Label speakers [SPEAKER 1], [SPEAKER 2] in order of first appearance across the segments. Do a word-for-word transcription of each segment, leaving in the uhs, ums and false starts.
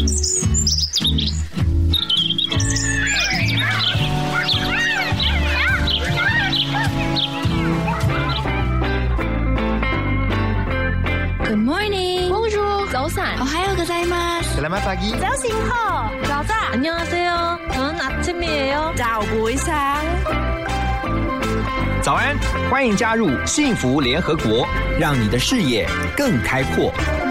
[SPEAKER 1] Good morning.
[SPEAKER 2] Bonjour. 早安.
[SPEAKER 1] 오하요 고자이마스.
[SPEAKER 3] Selamat pagi.
[SPEAKER 2] 早醒好.
[SPEAKER 1] 早安.
[SPEAKER 2] 안녕하세요. 저는 아침이에요.
[SPEAKER 1] 早不一상
[SPEAKER 3] 早安，欢迎加入幸福联合国，让你的视野更开阔。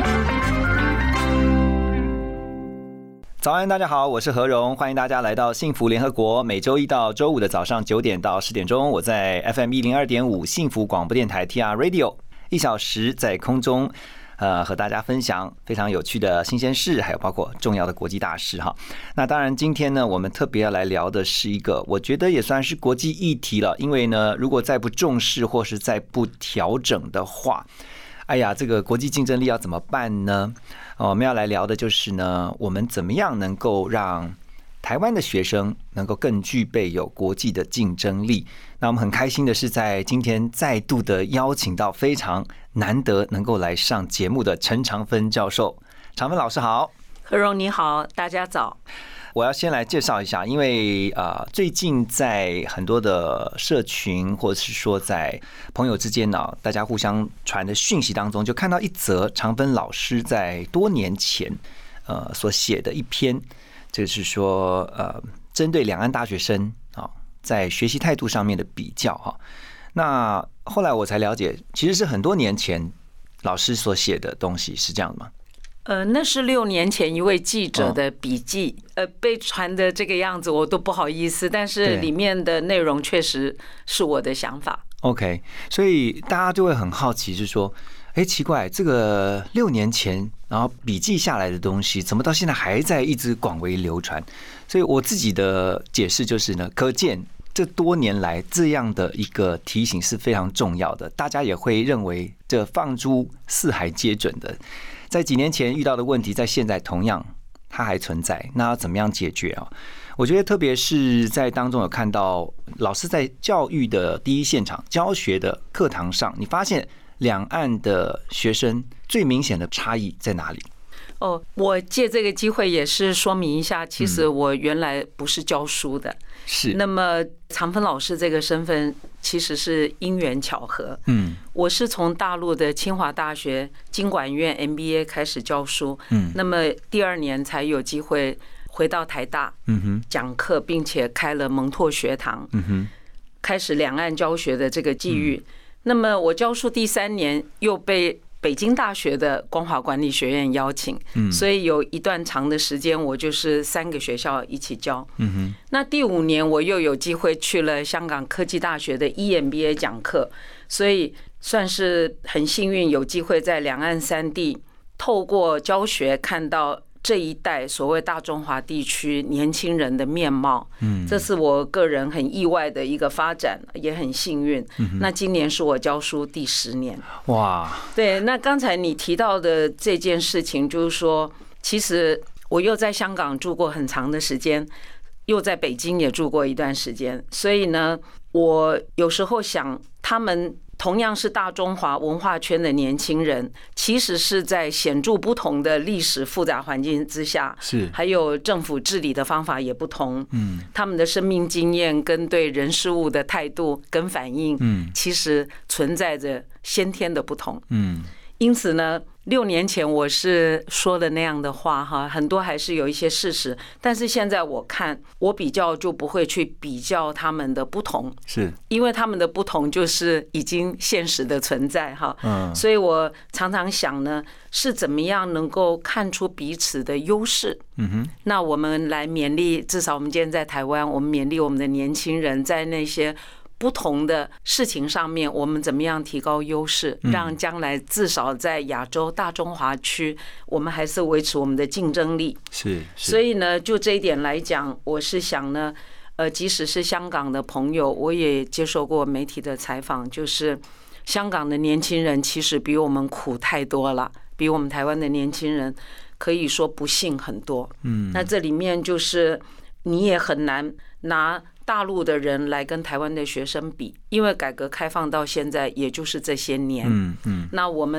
[SPEAKER 3] 早安，大家好，我是何荣，欢迎大家来到幸福联合国。每周一到周五的早上九点到十点钟，我在 F M 一零二点五幸福广播电台 T R Radio 一小时在空中。呃，和大家分享非常有趣的新鲜事，还有包括重要的国际大事哈。那当然，今天呢，我们特别要来聊的是一个，我觉得也算是国际议题了。因为呢，如果再不重视或是再不调整的话，哎呀，这个国际竞争力要怎么办呢？哦，我们要来聊的就是呢，我们怎么样能够让台湾的学生能够更具备有国际的竞争力。那我们很开心的是，在今天再度的邀请到非常难得能够来上节目的陈长芬教授。长芬老师好。
[SPEAKER 2] 何荣你好，大家早。
[SPEAKER 3] 我要先来介绍一下，因为呃，最近在很多的社群或者是说在朋友之间呢，大家互相传的讯息当中，就看到一则长芬老师在多年前呃所写的一篇，就是说呃，针对两岸大学生啊在学习态度上面的比较哈。那后来我才了解，其实是很多年前老师所写的东西，是这样的吗？
[SPEAKER 2] 呃，那是六年前一位记者的笔记，呃，被传的这个样子，我都不好意思。但是里面的内容确实是我的想法。OK，
[SPEAKER 3] 所以大家就会很好奇，就是说，哎，奇怪，这个六年前然后笔记下来的东西，怎么到现在还在一直广为流传？所以我自己的解释就是呢，可见这多年来这样的一个提醒是非常重要的，大家也会认为这放诸四海皆准的。在几年前遇到的问题，在现在同样它还存在，那要怎么样解决啊？我觉得特别是在当中有看到老师在教育的第一现场教学的课堂上，你发现两岸的学生最明显的差异在哪里？
[SPEAKER 2] 哦，我借这个机会也是说明一下，其实我原来不是教书的，是。那么长芬老师这个身份其实是因缘巧合。嗯，我是从大陆的清华大学经管院 M B A 开始教书，嗯，那么第二年才有机会回到台大，嗯哼，讲课，并且开了蒙拓学堂，嗯哼，开始两岸教学的这个际遇。那么我教书第三年又被北京大学的光华管理学院邀请，所以有一段长的时间，我就是三个学校一起教。那第五年我又有机会去了香港科技大学的 E M B A 讲课，所以算是很幸运，有机会在两岸三地透过教学看到这一代所谓大中华地区年轻人的面貌，这是我个人很意外的一个发展，也很幸运。那今年是我教书第十年。哇，对。那刚才你提到的这件事情，就是说，其实我又在香港住过很长的时间，又在北京也住过一段时间，所以呢，我有时候想，他们同样是大中华文化圈的年轻人，其实是在显著不同的历史复杂环境之下，是还有政府治理的方法也不同，嗯，他们的生命经验跟对人事物的态度跟反应，嗯，其实存在着先天的不同，嗯，因此呢，六年前我是说的那样的话哈，很多还是有一些事实，但是现在我看，我比较就不会去比较他们的不同，是因为他们的不同就是已经现实的存在哈，嗯，所以我常常想呢，是怎么样能够看出彼此的优势，嗯哼，那我们来勉励，至少我们今天在台湾，我们勉励我们的年轻人在那些不同的事情上面，我们怎么样提高优势，让将来至少在亚洲大中华区，我们还是维持我们的竞争力。是，所以呢，就这一点来讲，我是想呢，呃，即使是香港的朋友，我也接受过媒体的采访，就是香港的年轻人其实比我们苦太多了，比我们台湾的年轻人可以说不幸很多。嗯，那这里面就是你也很难拿大陆的人来跟台湾的学生比，因为改革开放到现在也就是这些年。嗯嗯，那我们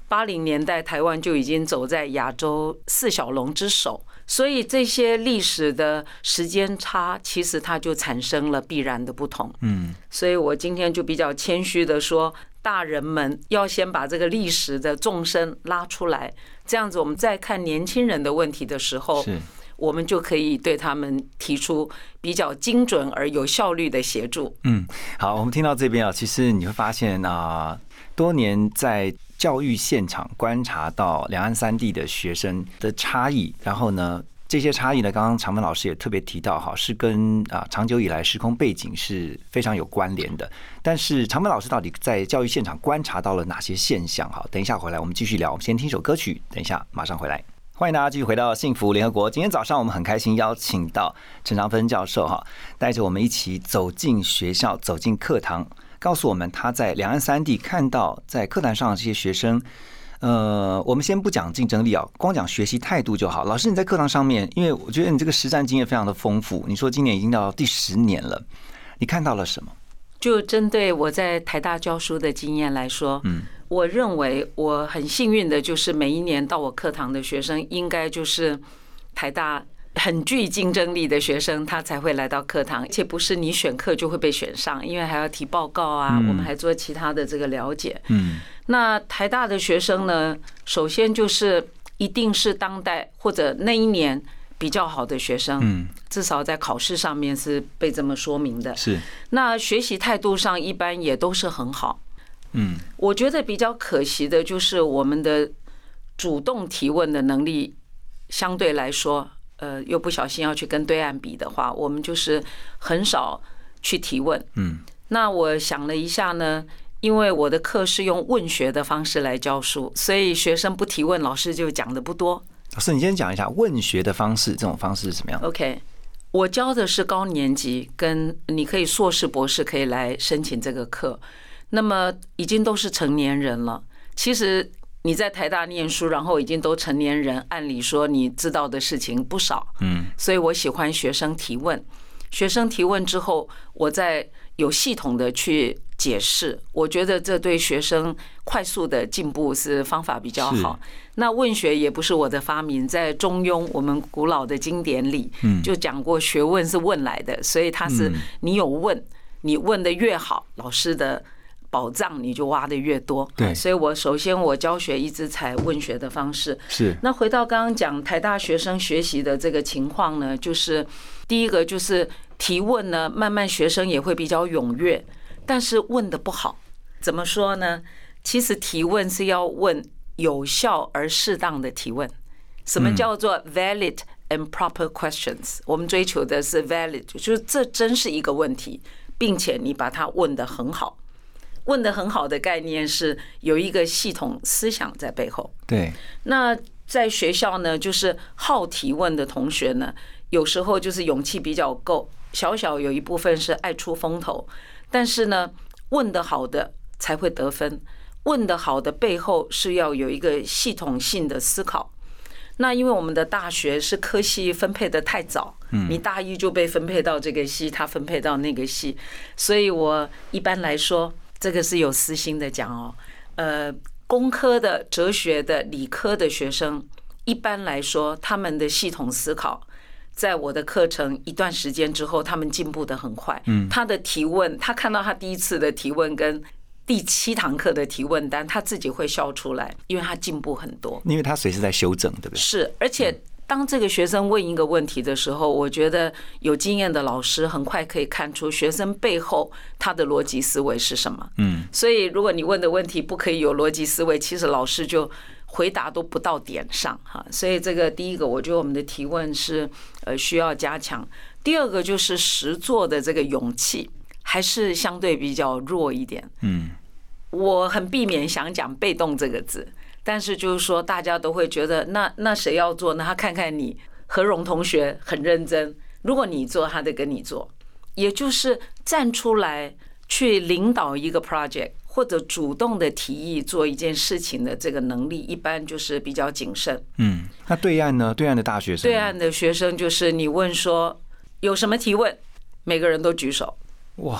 [SPEAKER 2] 八零年代台湾就已经走在亚洲四小龙之首，所以这些历史的时间差，其实它就产生了必然的不同。嗯，所以我今天就比较谦虚的说，大人们要先把这个历史的纵深拉出来，这样子我们在看年轻人的问题的时候，我们就可以对他们提出比较精准而有效率的协助。嗯，
[SPEAKER 3] 好，我们听到这边啊，其实你会发现啊，多年在教育现场观察到两岸三地的学生的差异，然后呢，这些差异呢，刚刚长芬老师也特别提到，哈，是跟啊长久以来时空背景是非常有关联的。但是长芬老师到底在教育现场观察到了哪些现象？好，等一下回来我们继续聊。我们先听首歌曲，等一下马上回来。欢迎大家继续回到幸福联合国。今天早上我们很开心邀请到陈长芬教授，哈，带着我们一起走进学校，走进课堂，告诉我们他在两岸三地看到在课堂上的这些学生。呃，我们先不讲竞争力啊，光讲学习态度就好。老师，你在课堂上面，因为我觉得你这个实战经验非常的丰富，你说今年已经到第十年了，你看到了什么？
[SPEAKER 2] 就针对我在台大教书的经验来说，嗯，我认为我很幸运的就是每一年到我课堂的学生，应该就是台大很具竞争力的学生，他才会来到课堂，而且不是你选课就会被选上，因为还要提报告啊，我们还做其他的这个了解。嗯，那台大的学生呢，首先就是一定是当代或者那一年比较好的学生，嗯，至少在考试上面是被这么说明的。是，那学习态度上一般也都是很好。嗯，我觉得比较可惜的就是我们的主动提问的能力相对来说，呃，又不小心要去跟对岸比的话，我们就是很少去提问。嗯，那我想了一下呢，因为我的课是用问学的方式来教书，所以学生不提问，老师就讲的不多。
[SPEAKER 3] 老师，你先讲一下问学的方式，这种方式是怎么样
[SPEAKER 2] ？OK， 我教的是高年级，跟你可以硕士、博士可以来申请这个课。那么已经都是成年人了。其实你在台大念书，然后已经都成年人，按理说你知道的事情不少。嗯，所以我喜欢学生提问。学生提问之后，我再有系统的去解释。我觉得这对学生快速的进步是方法比较好。那问学也不是我的发明，在中庸我们古老的经典里就讲过，学问是问来的，所以它是你有问，你问的越好，老师的宝藏你就挖的越多。对，所以我首先我教学一直采问学的方式。是。那回到刚刚讲台大学生学习的这个情况呢，就是第一个就是提问呢，慢慢学生也会比较踊跃，但是问的不好。怎么说呢？其实提问是要问有效而适当的提问。什么叫做 valid and proper questions？ 我们追求的是 valid， 就是这真是一个问题，并且你把它问得很好。问得很好的概念是有一个系统思想在背后。对。那在学校呢，就是好提问的同学呢，有时候就是勇气比较够，小小有一部分是爱出风头，但是呢，问得好的才会得分。问得好的背后是要有一个系统性的思考。那因为我们的大学是科系分配的太早，你大一就被分配到这个系，他分配到那个系，所以我一般来说，这个是有私心的讲哦，呃，工科的、哲学的、理科的学生，一般来说他们的系统思考，在我的课程一段时间之后，他们进步得很快。嗯，他的提问，他看到他第一次的提问跟第七堂课的提问单，他自己会笑出来，因为他进步很多。因
[SPEAKER 3] 为他随时在修正，对不对？
[SPEAKER 2] 是，而且当这个学生问一个问题的时候，我觉得有经验的老师很快可以看出学生背后他的逻辑思维是什么。嗯，所以如果你问的问题不可以有逻辑思维，其实老师就回答都不到点上哈。所以这个第一个，我觉得我们的提问是呃需要加强。第二个就是实作的这个勇气，还是相对比较弱一点。嗯，我很避免想讲被动这个字。但是就是说，大家都会觉得，那那谁要做呢？他看看你何荣同学很认真，如果你做，他得跟你做，也就是站出来去领导一个 project， 或者主动的提议做一件事情的这个能力，一般就是比较谨慎。
[SPEAKER 3] 嗯，那对岸呢？对岸的大学生，
[SPEAKER 2] 对岸的学生就是你问说有什么提问，每个人都举手。哇！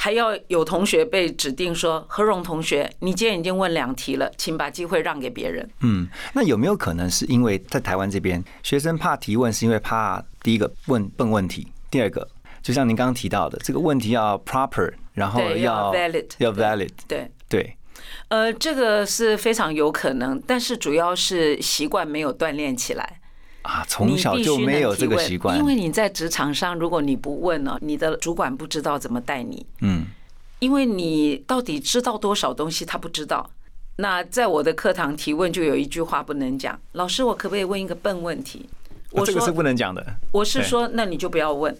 [SPEAKER 2] 还要有同学被指定说，何荣同学，你今天已经问两题了，请把机会让给别人。
[SPEAKER 3] 嗯，那有没有可能是因为在台湾这边，学生怕提问，是因为怕第一个问笨问题，第二个就像您刚刚提到的，这个问题要 proper， 然后要
[SPEAKER 2] valid，
[SPEAKER 3] 要 valid，
[SPEAKER 2] 对
[SPEAKER 3] 对。
[SPEAKER 2] 呃，这个是非常有可能，但是主要是习惯没有锻炼起来。
[SPEAKER 3] 啊，从小就没有这个习惯，
[SPEAKER 2] 因为你在职场上，如果你不问呢，你的主管不知道怎么带你。
[SPEAKER 3] 嗯，
[SPEAKER 2] 因为你到底知道多少东西，他不知道。那在我的课堂提问，就有一句话不能讲，老师，我可不可以问一个笨问题？
[SPEAKER 3] 我说这个是不能讲的。
[SPEAKER 2] 我是说，那你就不要问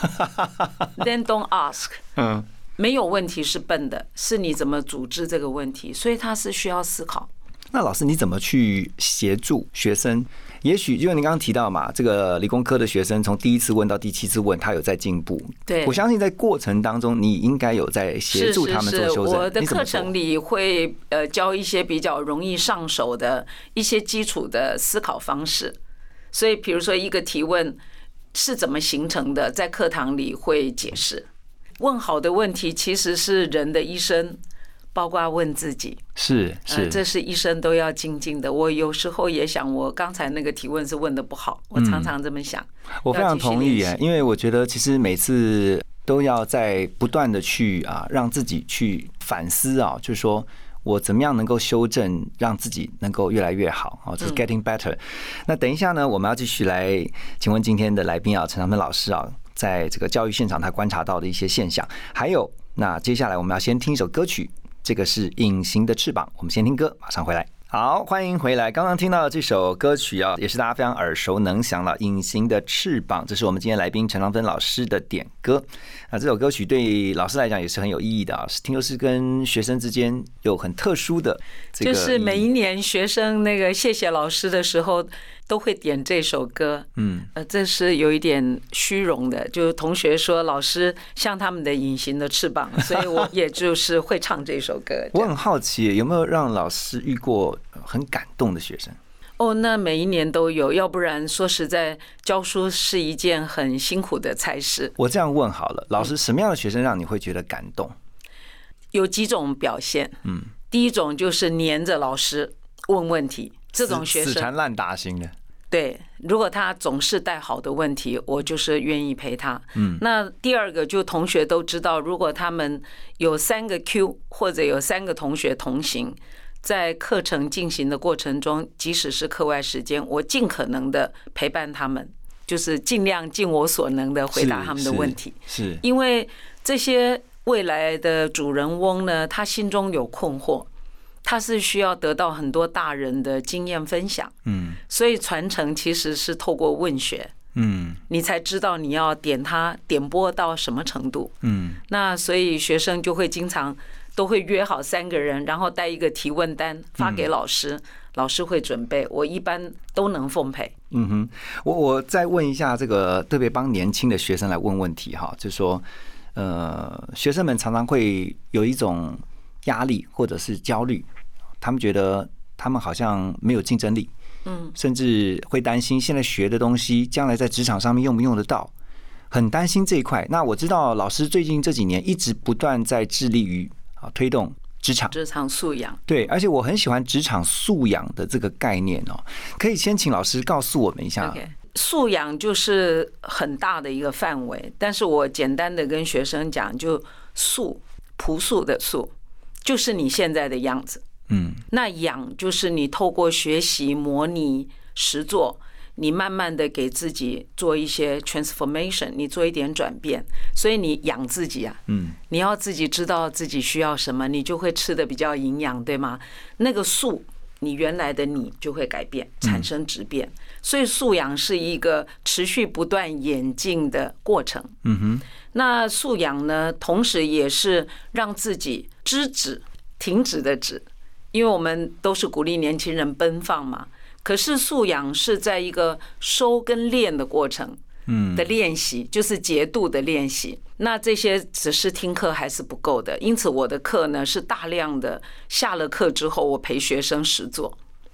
[SPEAKER 2] ，Then don't ask。
[SPEAKER 3] 嗯，
[SPEAKER 2] 没有问题是笨的，是你怎么组织这个问题，所以他是需要思考。
[SPEAKER 3] 那老师，你怎么去协助学生？也许就像您刚刚提到嘛，这个理工科的学生从第一次问到第七次问，他有在进步。
[SPEAKER 2] 对，
[SPEAKER 3] 我相信在过程当中，你应该有在协助他们做修正。
[SPEAKER 2] 是是是，我的课程里会呃教一些比较容易上手的一些基础的思考方式。所以，比如说一个提问是怎么形成的，在课堂里会解释。问好的问题其实是人的一生。包括问自己，
[SPEAKER 3] 是是、
[SPEAKER 2] 呃，这是医生都要精进的。我有时候也想，我刚才那个提问是问的不好，我常常这么想。
[SPEAKER 3] 嗯、我非常同意耶，因为我觉得其实每次都要在不断的去啊，让自己去反思啊，就是说我怎么样能够修正，让自己能够越来越好啊，就是 getting better。那等一下呢，我们要继续来请问今天的来宾啊，陈长芬老师啊，在这个教育现场他观察到的一些现象，还有那接下来我们要先听一首歌曲。这个是隐形的翅膀，我们先听歌，马上回来。好，欢迎回来。刚刚听到的这首歌曲啊，也是大家非常耳熟能详了，《隐形的翅膀》，这是我们今天来宾陈长芬老师的点歌。那这首歌曲对老师来讲也是很有意义的啊，听说是跟学生之间有很特殊的这个，
[SPEAKER 2] 就是每一年学生那个谢谢老师的时候都会点这首歌。嗯，呃，这是有一点虚荣的，就是同学说老师像他们的隐形的翅膀，所以我也就是会唱这首歌。
[SPEAKER 3] 我很好奇，有没有让老师遇过很感动的学生？
[SPEAKER 2] 哦，那每一年都有，要不然说实在，教书是一件很辛苦的差事。
[SPEAKER 3] 我这样问好了，老师，什么样的学生让你会觉得感动？
[SPEAKER 2] 有几种表现。嗯，第一种就是黏着老师问问题，这种学生
[SPEAKER 3] 死缠烂打型的。
[SPEAKER 2] 对，如果他总是带好的问题，我就是愿意陪他。嗯，那第二个就同学都知道，如果他们有三个 Q 或者有三个同学同行。在课程进行的过程中，即使是课外时间，我尽可能的陪伴他们，就是尽量尽我所能的回答他们的问题。
[SPEAKER 3] 是，是
[SPEAKER 2] 因为这些未来的主人翁呢，他心中有困惑，他是需要得到很多大人的经验分享。嗯，所以传承其实是透过问学。嗯，你才知道你要点他点拨到什么程度。嗯，那所以学生就会经常。都会约好三个人，然后带一个提问单发给老师，嗯、老师会准备，我一般都能奉陪。
[SPEAKER 3] 嗯哼，我我再问一下，这个特别帮年轻的学生来问问题哈，就是说，呃，学生们常常会有一种压力或者是焦虑，他们觉得他们好像没有竞争力，嗯，甚至会担心现在学的东西将来在职场上面用不用得到。很担心这一块。那我知道老师最近这几年一直不断在致力于啊推动职场
[SPEAKER 2] 职场素养。
[SPEAKER 3] 对，而且我很喜欢职场素养的这个概念哦。可以先请老师告诉我们一下。
[SPEAKER 2] Okay. 素养就是很大的一个范围，但是我简单的跟学生讲，就素朴素的素，就是你现在的样子。嗯，那养就是你透过学习、模拟、实作，你慢慢的给自己做一些 transformation， 你做一点转变，所以你养自己啊，嗯，你要自己知道自己需要什么，你就会吃的比较营养，对吗？那个素。你原来的你就会改变，产生质变，所以素养是一个持续不断演进的过程。嗯哼，那素养呢，同时也是让自己知止、停止的止，因为我们都是鼓励年轻人奔放嘛。可是素养是在一个收跟练的过程。嗯的练习就是节度的练习，那这些只是听课还是不够的，因此我的课呢是大量的下了课之后，我陪学生实作。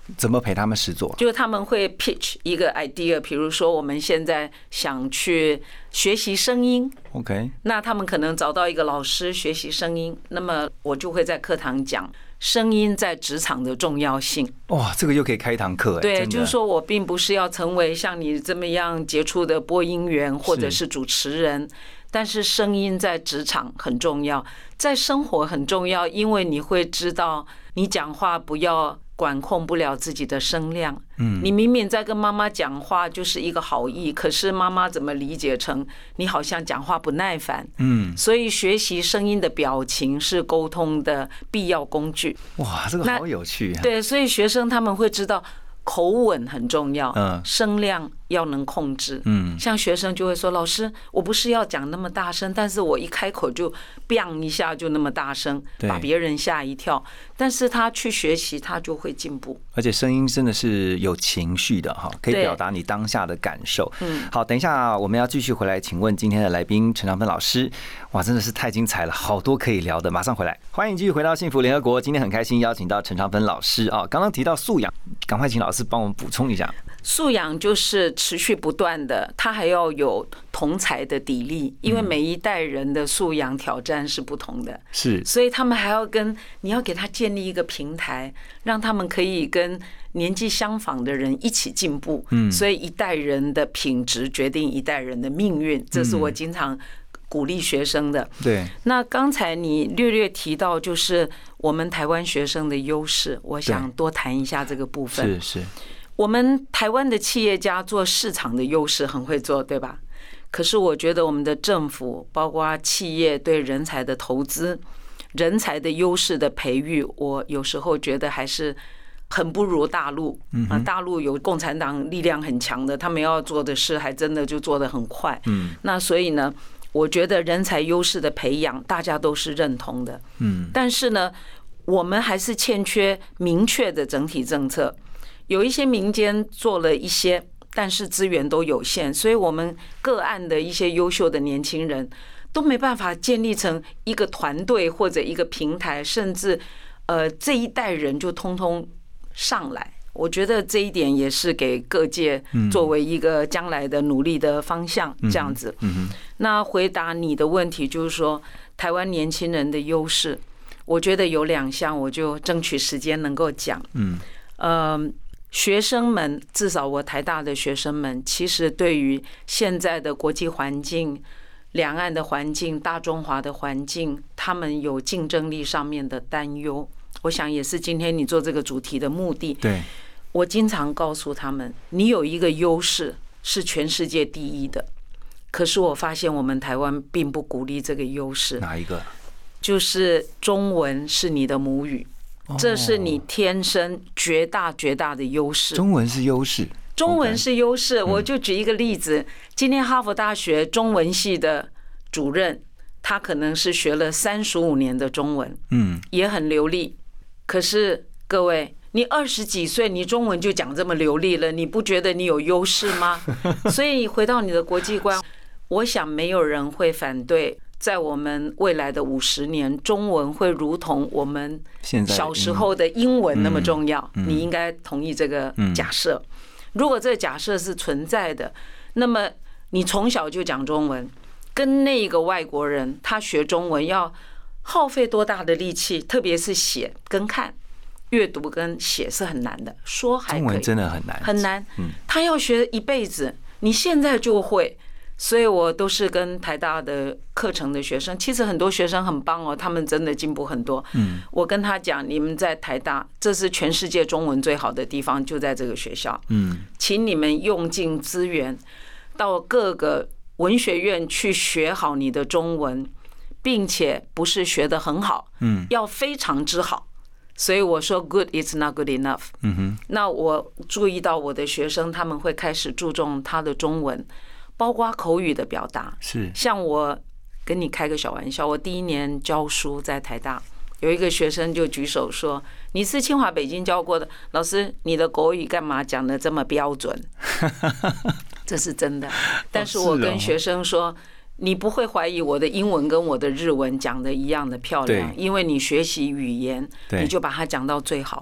[SPEAKER 3] 怎么陪他们实作？
[SPEAKER 2] 就他们会 pitch 一个 idea， 比如说我们现在想去学习声音
[SPEAKER 3] ，OK，
[SPEAKER 2] 那他们可能找到一个老师学习声音，那么我就会在课堂讲声音在职场的重要性。
[SPEAKER 3] 哇，这个又可以开一堂课。
[SPEAKER 2] 对，就是说我并不是要成为像你这么样杰出的播音员或者是主持人，但是声音在职场很重要，在生活很重要，因为你会知道你讲话不要管控不了自己的声量。嗯，你明明在跟妈妈讲话就是一个好意，可是妈妈怎么理解成你好像讲话不耐烦？嗯，所以学习声音的表情是沟通的必要工具。
[SPEAKER 3] 哇，这个好有趣啊。
[SPEAKER 2] 对，所以学生他们会知道口吻很重要，嗯，声量要能控制，嗯，像学生就会说，老师，我不是要讲那么大声，但是我一开口就 biang 一下就那么大声，把别人吓一跳。但是他去学习，他就会进步。
[SPEAKER 3] 而且声音真的是有情绪的哈，可以表达你当下的感受。嗯，好，等一下我们要继续回来，请问今天的来宾陈长芬老师，哇，真的是太精彩了，好多可以聊的，马上回来。欢迎继续回到幸福联合国，今天很开心邀请到陈长芬老师啊，刚刚提到素养，赶快请老师帮我们补充一下。
[SPEAKER 2] 素养就是持续不断的，他还要有同才的砥砺，因为每一代人的素养挑战是不同的，
[SPEAKER 3] 是，
[SPEAKER 2] 所以他们还要跟你要给他建立一个平台，让他们可以跟年纪相仿的人一起进步。嗯，所以一代人的品质决定一代人的命运，这是我经常鼓励学生的。
[SPEAKER 3] 对，
[SPEAKER 2] 那刚才你略略提到，就是我们台湾学生的优势，我想多谈一下这个部分。
[SPEAKER 3] 是是。
[SPEAKER 2] 我们台湾的企业家做市场的优势很会做，对吧？可是我觉得我们的政府，包括企业对人才的投资、人才的优势的培育，我有时候觉得还是很不如大陆。啊，大陆有共产党力量很强的，他们要做的事还真的就做得很快。嗯，那所以呢，我觉得人才优势的培养，大家都是认同的。嗯，但是呢，我们还是欠缺明确的整体政策。有一些民间做了一些，但是资源都有限，所以我们个案的一些优秀的年轻人都没办法建立成一个团队或者一个平台，甚至呃这一代人就通通上来。我觉得这一点也是给各界作为一个将来的努力的方向，这样子。那回答你的问题就是说，台湾年轻人的优势，我觉得有两项，我就争取时间能够讲。嗯，呃。学生们，至少我台大的学生们，其实对于现在的国际环境、两岸的环境、大中华的环境，他们有竞争力上面的担忧。我想也是今天你做这个主题的目的。
[SPEAKER 3] 对，
[SPEAKER 2] 我经常告诉他们，你有一个优势是全世界第一的，可是我发现我们台湾并不鼓励这个优势。
[SPEAKER 3] 哪一个？
[SPEAKER 2] 就是中文是你的母语。这是你天生绝大绝大的优势。
[SPEAKER 3] 中文是优势，
[SPEAKER 2] 中文是优势。我就举一个例子，今天哈佛大学中文系的主任，他可能是学了三十五年的中文，嗯，也很流利。可是各位，你二十几岁，你中文就讲这么流利了，你不觉得你有优势吗？所以回到你的国际观，我想没有人会反对。在我们未来的五十年，中文会如同我们小时候的英文那么重要。你应该同意这个假设。如果这个假设是存在的，那么你从小就讲中文，跟那个外国人他学中文要耗费多大的力气，特别是写跟看，阅读跟写是很难的，说还可以，
[SPEAKER 3] 中文真的很难，
[SPEAKER 2] 很难。他要学一辈子，你现在就会。所以我都是跟台大的课程的学生，其实很多学生很棒哦，他们真的进步很多。嗯，我跟他讲，你们在台大，这是全世界中文最好的地方，就在这个学校。嗯，请你们用尽资源，到各个文学院去学好你的中文，并且不是学得很好，嗯，要非常之好。所以我说 good is not good enough。嗯哼，那我注意到我的学生他们会开始注重他的中文。包括口语的表达，
[SPEAKER 3] 是
[SPEAKER 2] 像我跟你开个小玩笑，我第一年教书在台大，有一个学生就举手说：“你是清华北京教过的老师，你的国语干嘛讲得这么标准？”这是真的。但是我跟学生说，你不会怀疑我的英文跟我的日文讲的一样的漂亮，因为你学习语言，你就把它讲到最好。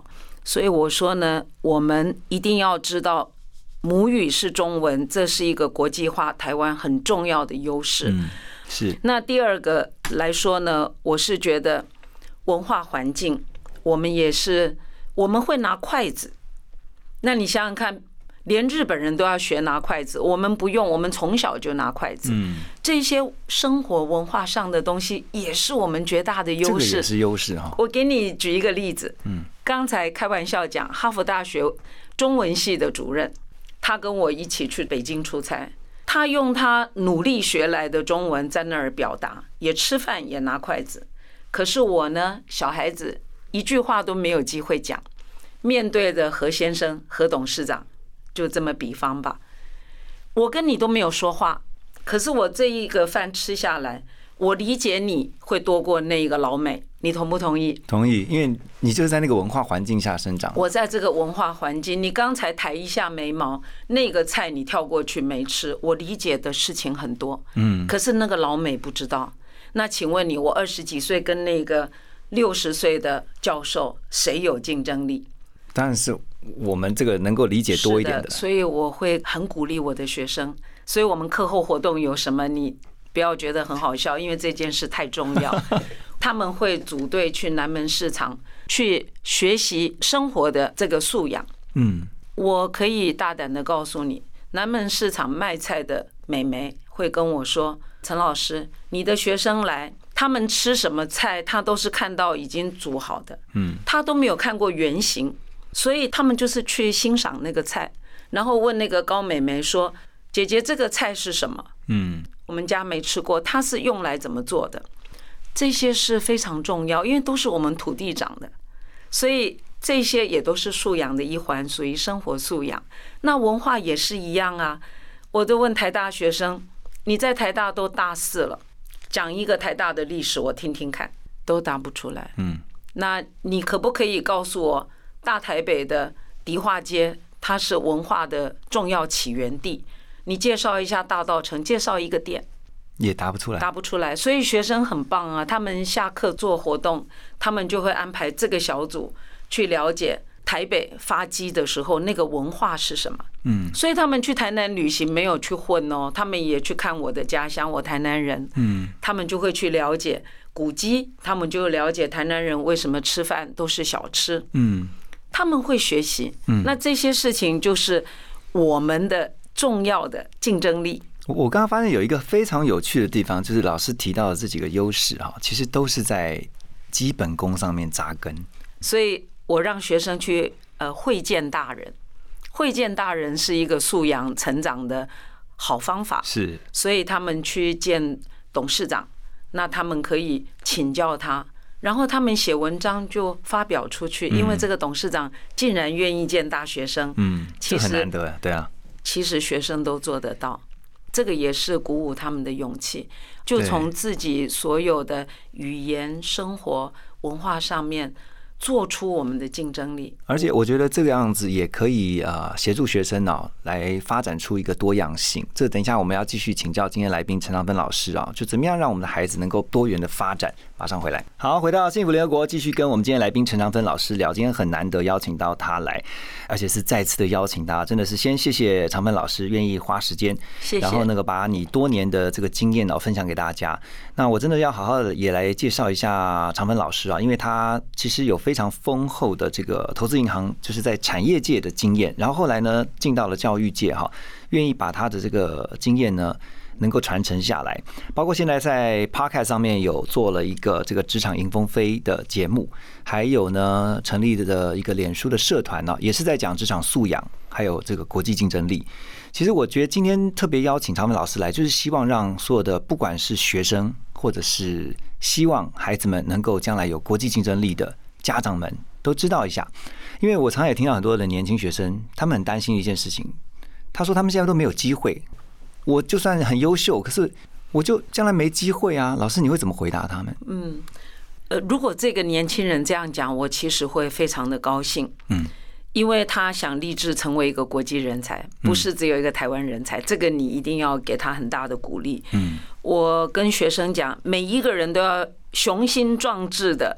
[SPEAKER 2] 所以我说呢，我们一定要知道母语是中文，这是一个国际化台湾很重要的优势。
[SPEAKER 3] 嗯，是。
[SPEAKER 2] 那第二个来说呢，我是觉得文化环境，我们也是我们会拿筷子。那你想想看，连日本人都要学拿筷子，我们不用，我们从小就拿筷子。嗯，这些生活文化上的东西也是我们绝大的优势，
[SPEAKER 3] 这个也是优势哈。
[SPEAKER 2] 我给你举一个例子，嗯，刚才开玩笑讲，哈佛大学中文系的主任，他跟我一起去北京出差，他用他努力学来的中文在那儿表达，也吃饭也拿筷子。可是我呢，小孩子一句话都没有机会讲，面对着何先生、何董事长。就这么比方吧，我跟你都没有说话，可是我这一个饭吃下来，我理解你会多过那一个老美，你同不同意？
[SPEAKER 3] 同意，因为你就是在那个文化环境下生长。
[SPEAKER 2] 我在这个文化环境，你刚才抬一下眉毛，那个菜你跳过去没吃，我理解的事情很多，嗯，可是那个老美不知道。那请问你，我二十几岁跟那个六十岁的教授，谁有竞争力？
[SPEAKER 3] 当然是我们这个能够理解多一点的，
[SPEAKER 2] 所以我会很鼓励我的学生。所以我们课后活动有什么，你不要觉得很好笑，因为这件事太重要。他们会组队去南门市场去学习生活的这个素养。嗯，我可以大胆的告诉你，南门市场卖菜的美眉会跟我说：“陈老师，你的学生来。”他们吃什么菜，他都是看到已经煮好的，嗯，他都没有看过原型，所以他们就是去欣赏那个菜，然后问那个高美眉说：“姐姐，这个菜是什么？”嗯，我们家没吃过，它是用来怎么做的？这些是非常重要，因为都是我们土地长的，所以这些也都是素养的一环，属于生活素养。那文化也是一样啊，我都问台大学生，你在台大都大四了。讲一个台大的历史，我听听看，都答不出来。嗯，那你可不可以告诉我，大台北的迪化街，它是文化的重要起源地？你介绍一下大稻埕，介绍一个店，
[SPEAKER 3] 也答不出来，
[SPEAKER 2] 答不出来。所以学生很棒啊，他们下课做活动，他们就会安排这个小组去了解台北发迹的时候那个文化是什么。嗯，所以他们去台南旅行没有去混哦，他们也去看我的家乡，我台南人。嗯，他们就会去了解古迹，他们就了解台南人为什么吃饭都是小吃。嗯，他们会学习。嗯，那这些事情就是我们的重要的竞争力。
[SPEAKER 3] 我刚刚发现有一个非常有趣的地方，就是老师提到的这几个优势哈，其实都是在基本功上面扎根。
[SPEAKER 2] 所以我让学生去呃会见大人。会见大人是一个素养成长的好方法，
[SPEAKER 3] 是，
[SPEAKER 2] 所以他们去见董事长，那他们可以请教他，然后他们写文章就发表出去，因为这个董事长竟然愿意见大学生，嗯，
[SPEAKER 3] 这很难得，对啊，
[SPEAKER 2] 其实学生都做得到，这个也是鼓舞他们的勇气，就从自己所有的语言、生活、文化上面。做出我们的竞争力，
[SPEAKER 3] 而且我觉得这个样子也可以呃协助学生啊来发展出一个多样性。这等一下我们要继续请教今天来宾陈长芬老师啊，就怎么样让我们的孩子能够多元的发展。马上回来，好，回到幸福联合国，继续跟我们今天来宾陈长芬老师聊。今天很难得邀请到他来，而且是再次的邀请他，真的是先谢谢长芬老师愿意花时间，
[SPEAKER 2] 谢谢，
[SPEAKER 3] 然后那个把你多年的这个经验哦分享给大家。那我真的要好好的也来介绍一下长芬老师啊，因为他其实有非常丰厚的这个投资银行就是在产业界的经验，然后后来呢进到了教育界哈，愿意把他的这个经验呢能够传承下来，包括现在在 Podcast 上面有做了一个这个职场迎风飞的节目，还有呢成立的一个脸书的社团呢，也是在讲职场素养，还有这个国际竞争力。其实我觉得今天特别邀请长芬老师来，就是希望让所有的不管是学生，或者是希望孩子们能够将来有国际竞争力的家长们都知道一下。因为我常常也听到很多的年轻学生，他们很担心一件事情，他说他们现在都没有机会，我就算很优秀，可是我就将来没机会啊。老师你会怎么回答他们？
[SPEAKER 2] 嗯，呃，如果这个年轻人这样讲，我其实会非常的高兴。嗯。因为他想立志成为一个国际人才，不是只有一个台湾人才，这个你一定要给他很大的鼓励。嗯，我跟学生讲，每一个人都要雄心壮志的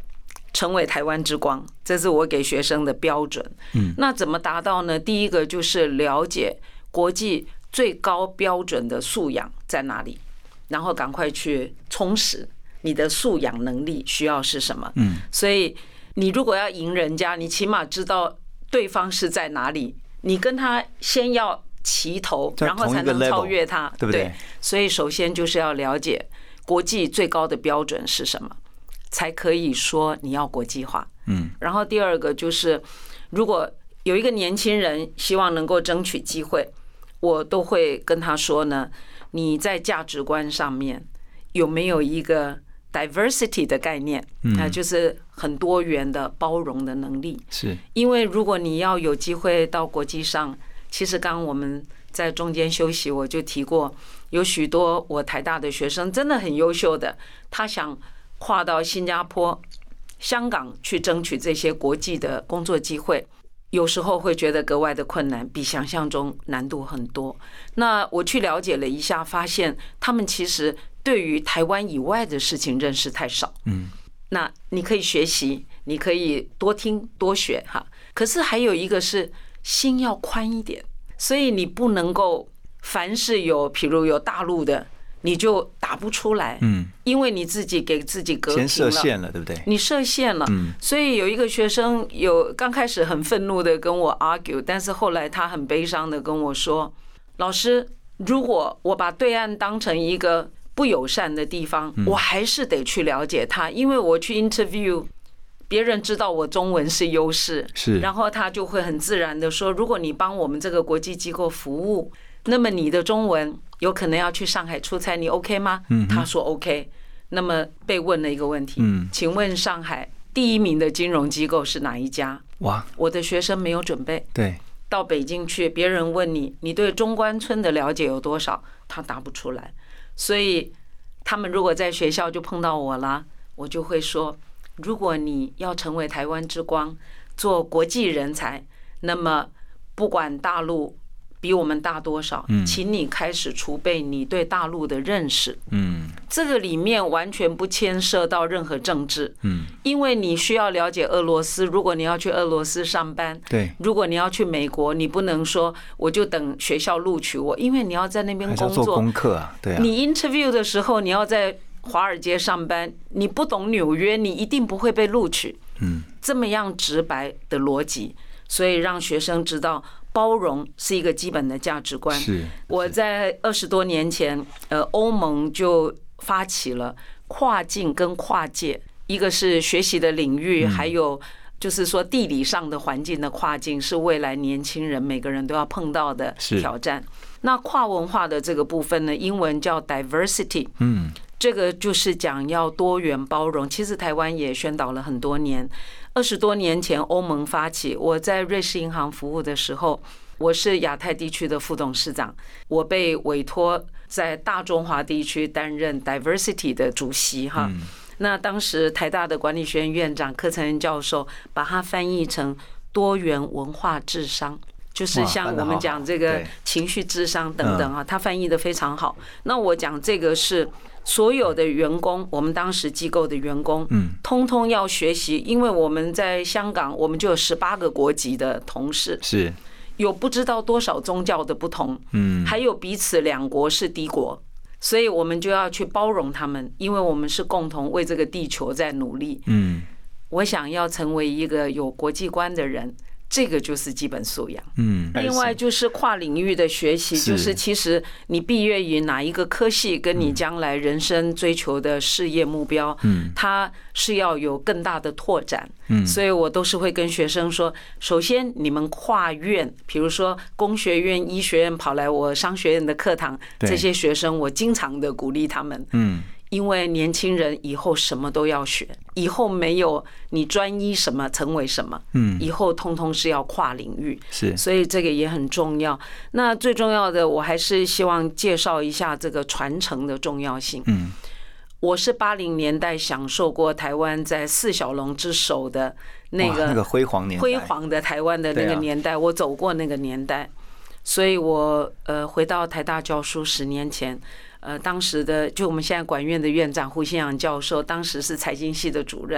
[SPEAKER 2] 成为台湾之光，这是我给学生的标准。嗯，那怎么达到呢？第一个就是了解国际最高标准的素养在哪里，然后赶快去充实你的素养能力需要是什么。嗯，所以你如果要赢人家，你起码知道对方是在哪里，你跟他先要齐头，然后才能超越他，
[SPEAKER 3] 对不对？
[SPEAKER 2] 所以首先就是要了解国际最高的标准是什么，才可以说你要国际化。嗯，然后第二个就是，如果有一个年轻人希望能够争取机会，我都会跟他说呢，你在价值观上面有没有一个 diversity 的概念？啊，就是很多元的包容的能力。
[SPEAKER 3] 是，
[SPEAKER 2] 因为如果你要有机会到国际上，其实刚刚我们在中间休息，我就提过，有许多我台大的学生真的很优秀的，他想跨到新加坡、香港去争取这些国际的工作机会，有时候会觉得格外的困难，比想象中难度很多。那我去了解了一下，发现他们其实对于台湾以外的事情认识太少。嗯，那你可以学习，你可以多听多学哈。可是还有一个是心要宽一点，所以你不能够凡是有，譬如有大陆的，你就打不出来。嗯，因为你自己给自己隔屏了，
[SPEAKER 3] 先设限了，对不对？
[SPEAKER 2] 你设限了。嗯，所以有一个学生有刚开始很愤怒的跟我 argue， 但是后来他很悲伤的跟我说：“老师，如果我把对岸当成一个不友善的地方，我还是得去了解它，因为我去 interview。”别人知道我中文是优势，
[SPEAKER 3] 是，
[SPEAKER 2] 然后他就会很自然的说，如果你帮我们这个国际机构服务，那么你的中文有可能要去上海出差，你 OK 吗？嗯，他说 OK。那么被问了一个问题，嗯，请问上海第一名的金融机构是哪一家？哇，我的学生没有准备，
[SPEAKER 3] 对，
[SPEAKER 2] 到北京去，别人问你，你对中关村的了解有多少？他答不出来。所以他们如果在学校就碰到我了，我就会说，如果你要成为台湾之光，做国际人才，那么不管大陆比我们大多少，请你开始储备你对大陆的认识。嗯，这个里面完全不牵涉到任何政治。嗯，因为你需要了解俄罗斯，如果你要去俄罗斯上班，
[SPEAKER 3] 对，
[SPEAKER 2] 如果你要去美国，你不能说我就等学校录取我，因为你要在那边工作，
[SPEAKER 3] 做功课啊，对啊。
[SPEAKER 2] 你 interview 的时候，你要在华尔街上班，你不懂纽约，你一定不会被录取。嗯，这么样直白的逻辑，所以让学生知道包容是一个基本的价值观。
[SPEAKER 3] 是，
[SPEAKER 2] 我在二十多年前，呃，欧盟就发起了跨境跟跨界，一个是学习的领域，还有就是说地理上的环境的跨境，是未来年轻人每个人都要碰到的挑战。那跨文化的这个部分呢，英文叫 diversity。嗯。这个就是讲要多元包容，其实台湾也宣导了很多年。二十多年前欧盟发起，我在瑞士银行服务的时候，我是亚太地区的副董事长，我被委托在大中华地区担任 diversity 的主席哈。那当时台大的管理学院院长柯承恩教授把它翻译成多元文化智商，就是像我们讲这个情绪智商等等啊，他翻译的非常好。那我讲这个是所有的员工，我们当时机构的员工，嗯，通通要学习，因为我们在香港，我们就有十八个国籍的同事，
[SPEAKER 3] 是
[SPEAKER 2] 有不知道多少宗教的不同，嗯，还有彼此两国是敌国，所以我们就要去包容他们，因为我们是共同为这个地球在努力。嗯，我想要成为一个有国际观的人，这个就是基本素养。嗯，另外就是跨领域的学习，就是其实你毕业于哪一个科系，跟你将来人生追求的事业目标，嗯，它是要有更大的拓展。嗯，所以我都是会跟学生说，首先你们跨院，比如说工学院、医学院跑来我商学院的课堂，这些学生我经常的鼓励他们。嗯。因为年轻人以后什么都要学，以后没有你专一什么成为什么，嗯，以后通通是要跨领域，
[SPEAKER 3] 是，
[SPEAKER 2] 所以这个也很重要。那最重要的，我还是希望介绍一下这个传承的重要性。嗯，我是八零年代享受过台湾在四小龙之首的那个
[SPEAKER 3] 那个辉煌年代，
[SPEAKER 2] 辉煌的台湾的那个年代，我走过那个年代，所以我呃回到台大教书十年前。呃，当时的就我们现在管院的院长胡新阳教授，当时是财经系的主任，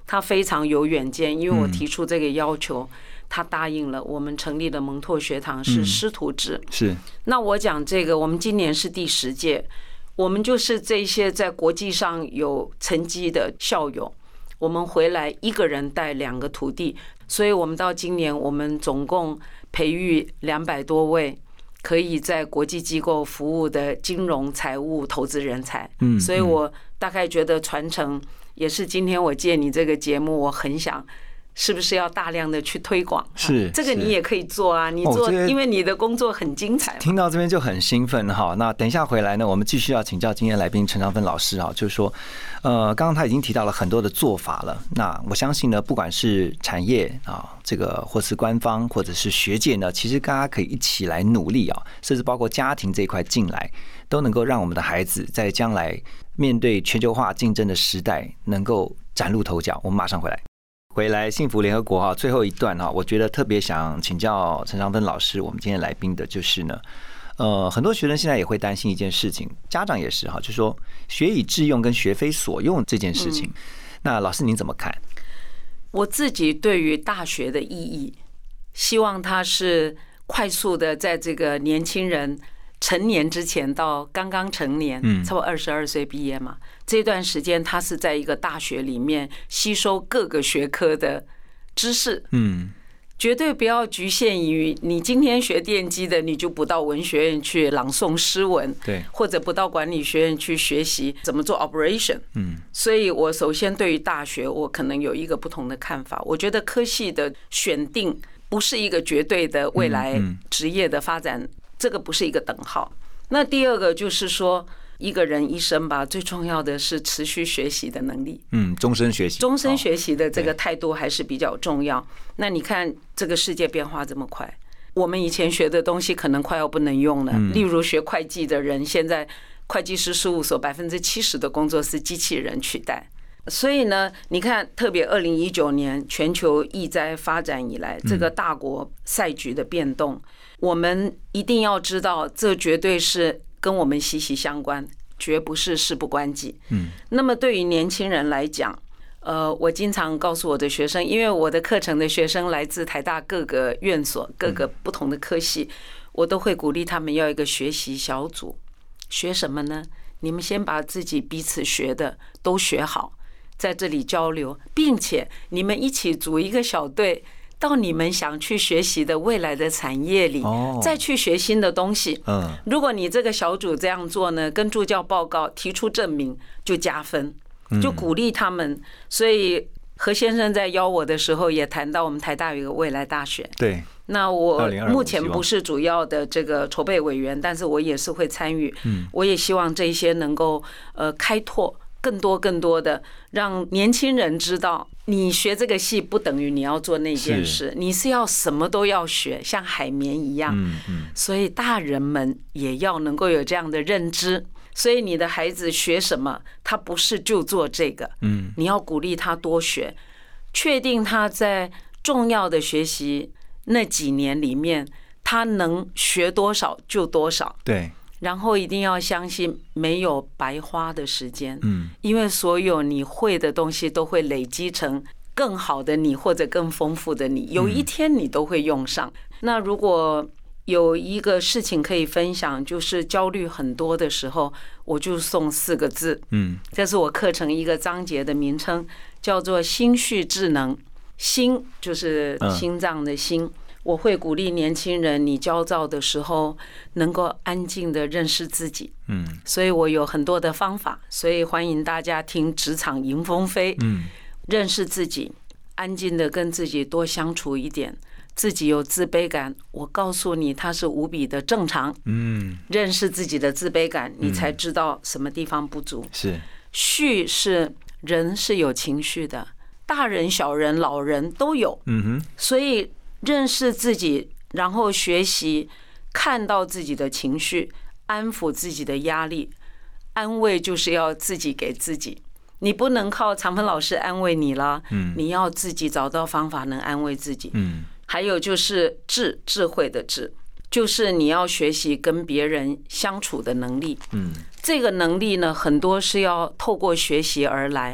[SPEAKER 2] 他非常有远见，因为我提出这个要求，他答应了。我们成立的蒙拓学堂是师徒制，
[SPEAKER 3] 是。
[SPEAKER 2] 那我讲这个，我们今年是第十届，我们就是这些在国际上有成绩的校友，我们回来一个人带两个徒弟，所以我们到今年我们总共培育两百多位可以在国际机构服务的金融、财务、投资人才。嗯，所以我大概觉得传承也是今天我借你这个节目，我很想是不是要大量的去推广？
[SPEAKER 3] 是，
[SPEAKER 2] 这个你也可以做啊，你做，因为你的工作很精彩。
[SPEAKER 3] 听到这边就很兴奋哈。那等一下回来呢，我们继续要请教今天来宾陈长芬老师啊，就是说，呃，刚刚他已经提到了很多的做法了。那我相信呢，不管是产业啊，这个或是官方或者是学界呢，其实大家可以一起来努力啊，甚至包括家庭这一块进来，都能够让我们的孩子在将来面对全球化竞争的时代能够崭露头角。我们马上回来。回来幸福联合国哈，最后一段哈，我觉得特别想请教陈长芬老师，我们今天来宾的就是呢，呃，很多学生现在也会担心一件事情，家长也是哈，就是说学以致用跟学非所用这件事情。嗯、那老师您怎么看？
[SPEAKER 2] 我自己对于大学的意义，希望它是快速的在这个年轻人成年之前到刚刚成年，嗯，差不多二十二岁毕业嘛，这段时间他是在一个大学里面吸收各个学科的知识，嗯，绝对不要局限于你今天学电机的，你就不到文学院去朗诵诗文，
[SPEAKER 3] 对，
[SPEAKER 2] 或者不到管理学院去学习怎么做 operation， 嗯，所以我首先对于大学，我可能有一个不同的看法，我觉得科系的选定不是一个绝对的未来职业的发展。这个不是一个等号。那第二个就是说，一个人一生吧，最重要的是持续学习的能力。
[SPEAKER 3] 嗯，终身学习，
[SPEAKER 2] 终身学习的这个态度还是比较重要。那你看，这个世界变化这么快，我们以前学的东西可能快要不能用了。例如学会计的人，现在会计师事务所百分之七十的工作是机器人取代。所以呢，你看，特别二零一九年全球疫灾发展以来，这个大国赛局的变动。我们一定要知道，这绝对是跟我们息息相关，绝不是事不关己。嗯，那么对于年轻人来讲，呃，我经常告诉我的学生，因为我的课程的学生来自台大各个院所、各个不同的科系，我都会鼓励他们要一个学习小组。学什么呢？你们先把自己彼此学的都学好，在这里交流，并且你们一起组一个小队。到你们想去学习的未来的产业里，再去学新的东西。嗯，如果你这个小组这样做呢，跟助教报告提出证明，就加分，就鼓励他们。所以何先生在邀我的时候也谈到，我们台大有一个未来大学。
[SPEAKER 3] 对，
[SPEAKER 2] 那我目前不是主要的这个筹备委员，但是我也是会参与。嗯，我也希望这些能够呃开拓。更多更多的让年轻人知道，你学这个系不等于你要做那件事，你是要什么都要学，像海绵一样。所以大人们也要能够有这样的认知。所以你的孩子学什么，他不是就做这个，你要鼓励他多学，确定他在重要的学习那几年里面，他能学多少就多少。
[SPEAKER 3] 对。
[SPEAKER 2] 然后一定要相信没有白花的时间，嗯，因为所有你会的东西都会累积成更好的你或者更丰富的你，有一天你都会用上。那如果有一个事情可以分享，就是焦虑很多的时候，我就送四个字，嗯，这是我课程一个章节的名称，叫做心绪智能。心就是心脏的心。我会鼓励年轻人，你焦躁的时候能够安静的认识自己。嗯，所以我有很多的方法，所以欢迎大家听《职场迎风飞》。嗯，认识自己，安静的跟自己多相处一点。自己有自卑感，我告诉你，它是无比的正常。嗯，认识自己的自卑感，你才知道什么地方不足。
[SPEAKER 3] 是，
[SPEAKER 2] 绪是人是有情绪的，大人、小人、老人都有。嗯哼，所以。认识自己，然后学习看到自己的情绪，安抚自己的压力。安慰就是要自己给自己，你不能靠长芬老师安慰你了，你要自己找到方法能安慰自己。还有就是智，智慧的智，就是你要学习跟别人相处的能力。这个能力呢，很多是要透过学习而来。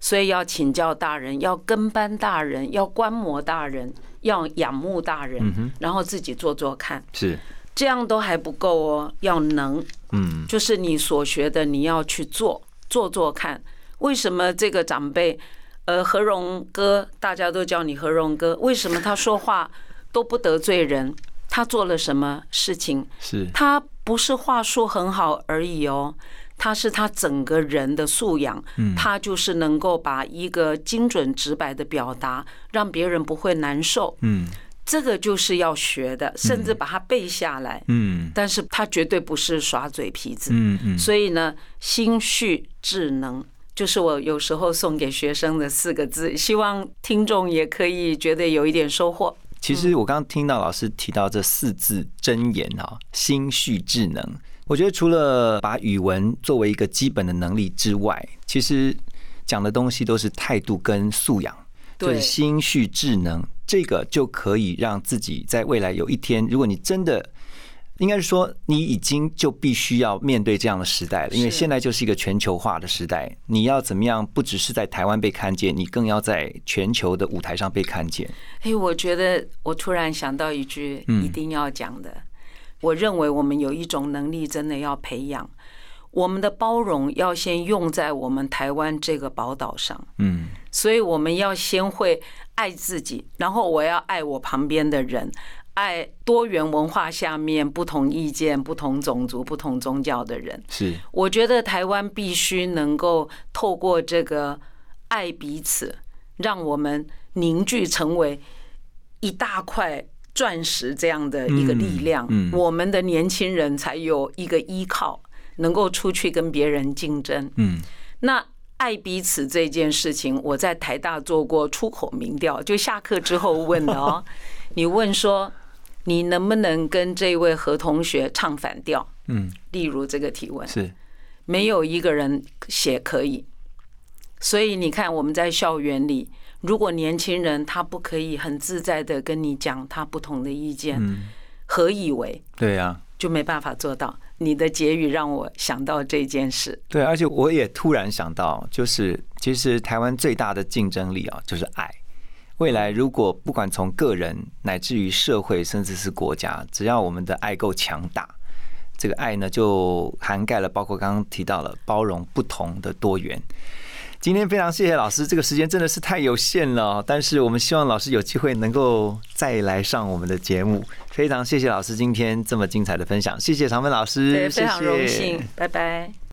[SPEAKER 2] 所以要请教大人，要跟班大人，要观摩大人，要仰慕大人，然后自己做做看。
[SPEAKER 3] 是。
[SPEAKER 2] 这样都还不够哦，要能，嗯，就是你所学的，你要去做，做做看。为什么这个长辈，呃，和荣哥，大家都叫你和荣哥，为什么他说话都不得罪人？他做了什么事情？
[SPEAKER 3] 是，
[SPEAKER 2] 他不是话术很好而已哦，他是他整个人的素养，他就是能够把一个精准直白的表达，让别人不会难受，嗯。这个就是要学的，甚至把它背下来。嗯，但是它绝对不是耍嘴皮子。嗯嗯，所以呢，心绪智能就是我有时候送给学生的四个字，希望听众也可以觉得有一点收获。
[SPEAKER 3] 其实我刚刚听到老师提到这四字真言啊，心绪智能。我觉得除了把语文作为一个基本的能力之外，其实讲的东西都是态度跟素养。就是心绪智能，这个就可以让自己在未来有一天，如果你真的，应该是说你已经就必须要面对这样的时代了，因为现在就是一个全球化的时代，你要怎么样，不只是在台湾被看见，你更要在全球的舞台上被看见。
[SPEAKER 2] 哎，我觉得我突然想到一句一定要讲的，嗯、我认为我们有一种能力真的要培养。我们的包容要先用在我们台湾这个宝岛上，嗯，所以我们要先会爱自己，然后我要爱我旁边的人，爱多元文化下面不同意见、不同种族、不同宗教的人。
[SPEAKER 3] 是，
[SPEAKER 2] 我觉得台湾必须能够透过这个爱彼此，让我们凝聚成为一大块钻石这样的一个力量，我们的年轻人才有一个依靠。能够出去跟别人竞争，嗯，那爱彼此这件事情，我在台大做过出口民调，就下课之后问的哦。你问说，你能不能跟这位何同学唱反调？嗯，例如这个提问
[SPEAKER 3] 是，
[SPEAKER 2] 没有一个人写可以。所以你看，我们在校园里，如果年轻人他不可以很自在的跟你讲他不同的意见，嗯，何以为？
[SPEAKER 3] 对呀，
[SPEAKER 2] 就没办法做到。你的结语让我想到这件事。
[SPEAKER 3] 对，而且我也突然想到，就是其实台湾最大的竞争力啊，就是爱。未来如果不管从个人乃至于社会，甚至是国家，只要我们的爱够强大，这个爱呢就涵盖了包括刚刚提到了包容不同的多元。今天非常谢谢老师，这个时间真的是太有限了，但是我们希望老师有机会能够再来上我们的节目。非常谢谢老师今天这么精彩的分享，谢谢长芬老师，
[SPEAKER 2] 对，非常荣幸，拜拜。